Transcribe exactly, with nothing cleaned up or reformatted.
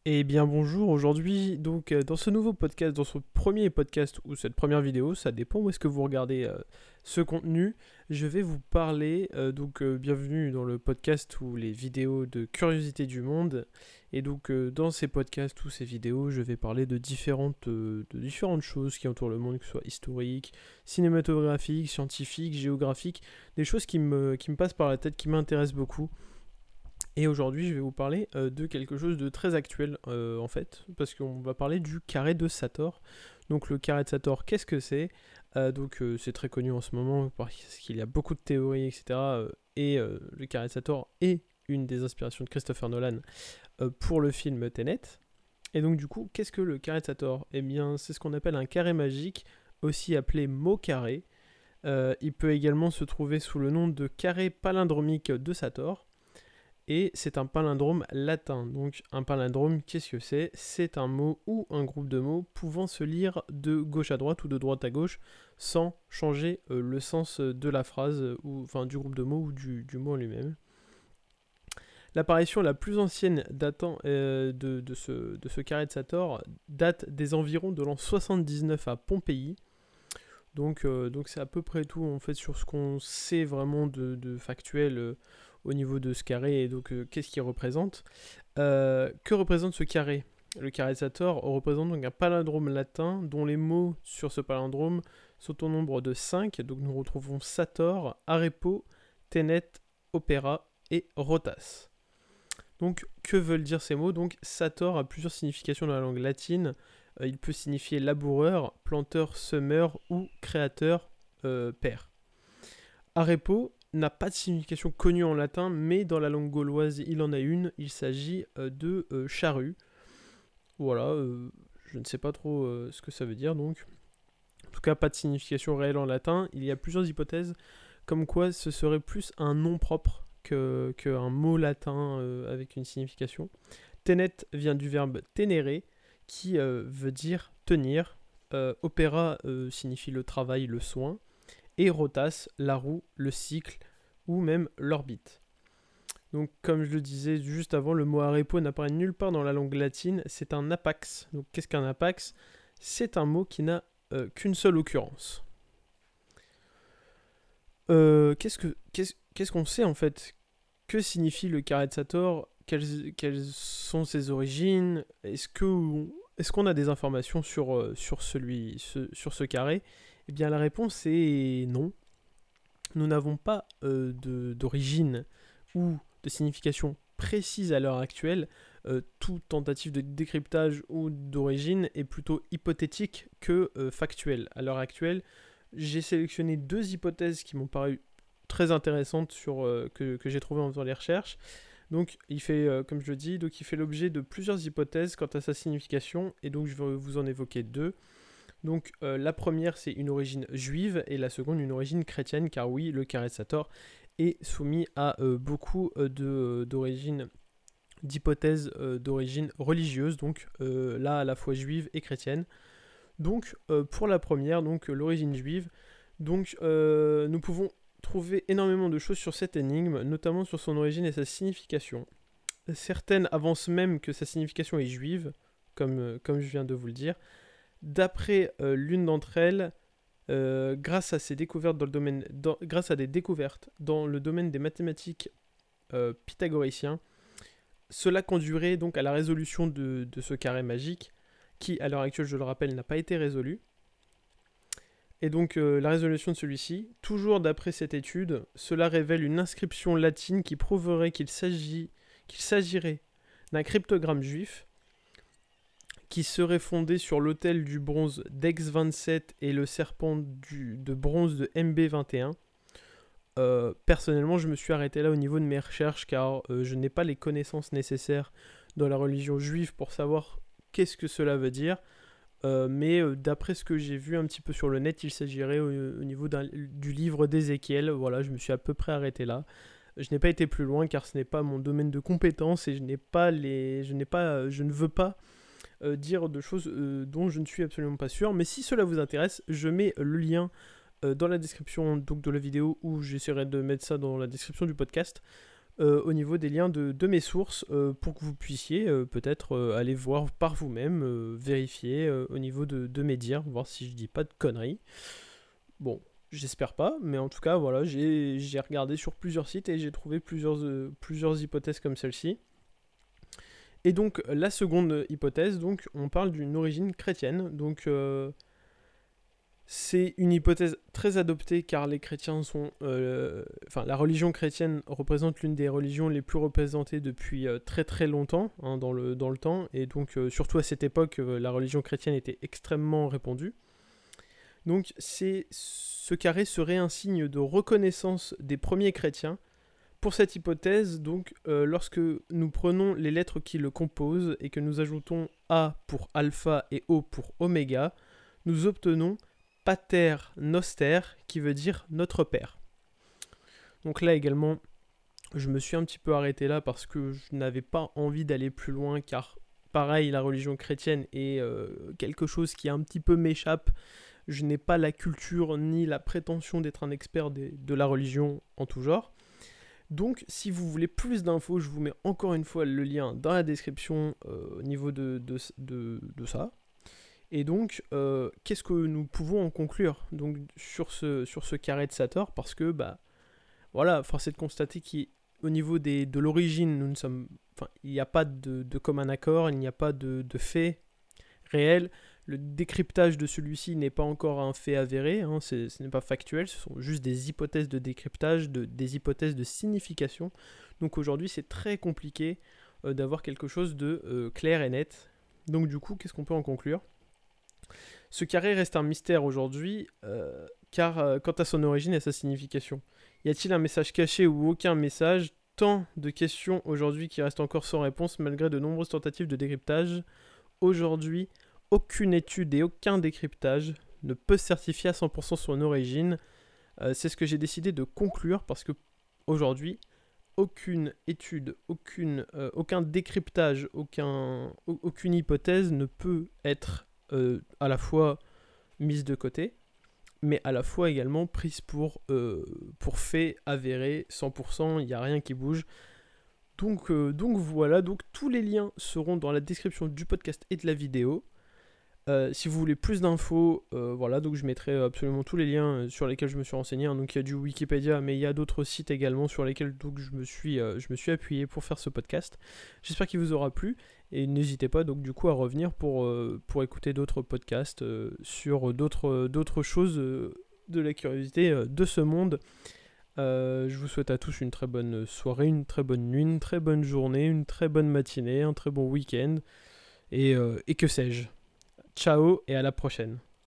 Eh bien bonjour, aujourd'hui donc euh, dans ce nouveau podcast, dans ce premier podcast ou cette première vidéo, ça dépend où est-ce que vous regardez euh, ce contenu, je vais vous parler, euh, donc euh, bienvenue dans le podcast ou les vidéos de curiosité du monde, et donc euh, dans ces podcasts ou ces vidéos, je vais parler de différentes, euh, de différentes choses qui entourent le monde, que ce soit historique, cinématographique, scientifique, géographique, des choses qui me, qui me passent par la tête, qui m'intéressent beaucoup. Et aujourd'hui, je vais vous parler euh, de quelque chose de très actuel, euh, en fait, parce qu'on va parler du carré de Sator. Donc le carré de Sator, qu'est-ce que c'est Euh, Donc euh, c'est très connu en ce moment, parce qu'il y a beaucoup de théories, et cetera. euh, et euh, le carré de Sator est une des inspirations de Christopher Nolan euh, pour le film Tenet. Et donc du coup, qu'est-ce que le carré de Sator Eh bien, c'est ce qu'on appelle un carré magique, aussi appelé mot carré. Euh, il peut également se trouver sous le nom de carré palindromique de Sator. Et c'est un palindrome latin. Donc un palindrome, qu'est-ce que c'est C'est un mot ou un groupe de mots pouvant se lire de gauche à droite ou de droite à gauche sans changer euh, le sens de la phrase, ou enfin du groupe de mots ou du, du mot en lui-même. L'apparition la plus ancienne datant euh, de, de, ce, de ce carré de Sator date des environs de l'an soixante-dix-neuf à Pompéi. Donc euh, donc c'est à peu près tout en fait sur ce qu'on sait vraiment de, de factuel euh, au niveau de ce carré et donc euh, qu'est-ce qu'il représente. Euh, que représente ce carré Le carré de Sator représente donc un palindrome latin dont les mots sur ce palindrome sont au nombre de cinq. Donc nous retrouvons Sator, Arepo, Tenet, Opera et Rotas. Donc que veulent dire ces mots Donc Sator a plusieurs significations dans la langue latine. Euh, il peut signifier laboureur, planteur, semeur ou créateur, euh, père. Arepo n'a pas de signification connue en latin, mais dans la langue gauloise, il en a une. Il s'agit euh, de euh, charrue. Voilà, euh, je ne sais pas trop euh, ce que ça veut dire donc. En tout cas, pas de signification réelle en latin. Il y a plusieurs hypothèses, comme quoi ce serait plus un nom propre que, qu'un mot latin euh, avec une signification. Tenet vient du verbe tenere, qui euh, veut dire tenir. Euh, opéra euh, signifie le travail, le soin. Et rotas, la roue, le cycle, ou même l'orbite. Donc comme je le disais juste avant, le mot arepo n'apparaît nulle part dans la langue latine, c'est un apax. Donc qu'est-ce qu'un apax C'est un mot qui n'a euh, qu'une seule occurrence. Euh, qu'est-ce, que, qu'est-ce, qu'est-ce qu'on sait en fait Que signifie le carré de Sator quelles, quelles sont ses origines Est-ce que est-ce qu'on a des informations sur, euh, sur, celui, ce, sur ce carré Eh bien la réponse est non. Nous n'avons pas euh, de, d'origine ou de signification précise à l'heure actuelle. Euh, toute tentative de décryptage ou d'origine est plutôt hypothétique que euh, factuelle. À l'heure actuelle, j'ai sélectionné deux hypothèses qui m'ont paru très intéressantes sur, euh, que, que j'ai trouvées en faisant les recherches. Donc, il fait, euh, comme je le dis, donc il fait l'objet de plusieurs hypothèses quant à sa signification, et donc je vais vous en évoquer deux. Donc euh, la première c'est une origine juive et la seconde une origine chrétienne, car oui, le carré de Sator est soumis à euh, beaucoup euh, de, euh, d'origines, d'hypothèses euh, d'origine religieuse, donc euh, là à la fois juive et chrétienne. Donc euh, pour la première, donc euh, l'origine juive, donc euh, nous pouvons trouver énormément de choses sur cette énigme, notamment sur son origine et sa signification. Certaines avancent même que sa signification est juive, comme, euh, comme je viens de vous le dire. D'après euh, l'une d'entre elles, euh, grâce à ses découvertes dans le domaine, dans, grâce à des découvertes dans le domaine des mathématiques euh, pythagoriciens, cela conduirait donc à la résolution de, de ce carré magique, qui à l'heure actuelle, je le rappelle, n'a pas été résolu. Et donc euh, la résolution de celui-ci, toujours d'après cette étude, cela révèle une inscription latine qui prouverait qu'il, s'agit, qu'il s'agirait d'un cryptogramme juif, qui serait fondé sur l'autel du bronze d'X vingt-sept et le serpent du, de bronze de M B vingt et un. Euh, personnellement, je me suis arrêté là au niveau de mes recherches, car euh, je n'ai pas les connaissances nécessaires dans la religion juive pour savoir qu'est-ce que cela veut dire. Euh, mais euh, d'après ce que j'ai vu un petit peu sur le net, il s'agirait au, au niveau du livre d'Ézéchiel. Voilà, je me suis à peu près arrêté là. Je n'ai pas été plus loin car ce n'est pas mon domaine de compétence et je n'ai pas les, je n'ai pas, je ne veux pas Euh, dire de choses euh, dont je ne suis absolument pas sûr. Mais si cela vous intéresse, je mets le lien euh, dans la description donc, de la vidéo, ou j'essaierai de mettre ça dans la description du podcast, euh, au niveau des liens de, de mes sources euh, pour que vous puissiez euh, peut-être euh, aller voir par vous-même, euh, vérifier euh, au niveau de, de mes dires, voir si je dis pas de conneries. Bon, j'espère pas, mais en tout cas, voilà, j'ai, j'ai regardé sur plusieurs sites et j'ai trouvé plusieurs, euh, plusieurs hypothèses comme celle-ci. Et donc, la seconde hypothèse, donc, on parle d'une origine chrétienne. Donc, euh, c'est une hypothèse très adoptée car les chrétiens sont... Euh, enfin, la religion chrétienne représente l'une des religions les plus représentées depuis euh, très très longtemps hein, dans, le, dans le temps. Et donc, euh, surtout à cette époque, euh, la religion chrétienne était extrêmement répandue. Donc, c'est, ce carré serait un signe de reconnaissance des premiers chrétiens. Pour cette hypothèse, donc, euh, lorsque nous prenons les lettres qui le composent et que nous ajoutons A pour alpha et O pour oméga, nous obtenons Pater Noster, qui veut dire notre Père. Donc là également, je me suis un petit peu arrêté là parce que je n'avais pas envie d'aller plus loin, car pareil, la religion chrétienne est euh, quelque chose qui un petit peu m'échappe. Je n'ai pas la culture ni la prétention d'être un expert de, de la religion en tout genre. Donc, si vous voulez plus d'infos, je vous mets encore une fois le lien dans la description euh, au niveau de, de, de, de ça. Et donc, euh, qu'est-ce que nous pouvons en conclure donc, sur, ce, sur ce carré de Sator? Parce que, bah, voilà, force est de constater qu'au niveau des, de l'origine, nous ne sommes, enfin, il n'y a pas de, de commun accord, il n'y a pas de, de fait réel. Le décryptage de celui-ci n'est pas encore un fait avéré, hein, c'est, ce n'est pas factuel, ce sont juste des hypothèses de décryptage, de, des hypothèses de signification. Donc aujourd'hui, c'est très compliqué euh, d'avoir quelque chose de euh, clair et net. Donc du coup, qu'est-ce qu'on peut en conclure? Ce carré reste un mystère aujourd'hui, euh, car euh, quant à son origine et sa signification. Y a-t-il un message caché ou aucun message? Tant de questions aujourd'hui qui restent encore sans réponse malgré de nombreuses tentatives de décryptage. Aujourd'hui, aucune étude et aucun décryptage ne peut certifier à cent pour cent son origine. Euh, c'est ce que j'ai décidé de conclure parce que aujourd'hui, aucune étude, aucune, euh, aucun décryptage, aucun, aucune hypothèse ne peut être euh, à la fois mise de côté, mais à la fois également prise pour, euh, pour fait avéré, cent pour cent, il n'y a rien qui bouge. Donc, euh, donc voilà, donc tous les liens seront dans la description du podcast et de la vidéo. Euh, si vous voulez plus d'infos, euh, voilà, donc je mettrai absolument tous les liens sur lesquels je me suis renseigné. Hein. Donc il y a du Wikipédia, mais il y a d'autres sites également sur lesquels donc, je, me suis, euh, je me suis appuyé pour faire ce podcast. J'espère qu'il vous aura plu et n'hésitez pas donc du coup à revenir pour, euh, pour écouter d'autres podcasts euh, sur d'autres, d'autres choses euh, de la curiosité euh, de ce monde. Euh, je vous souhaite à tous une très bonne soirée, une très bonne nuit, une très bonne journée, une très bonne matinée, un très bon week-end et, euh, et que sais-je. Ciao et à la prochaine.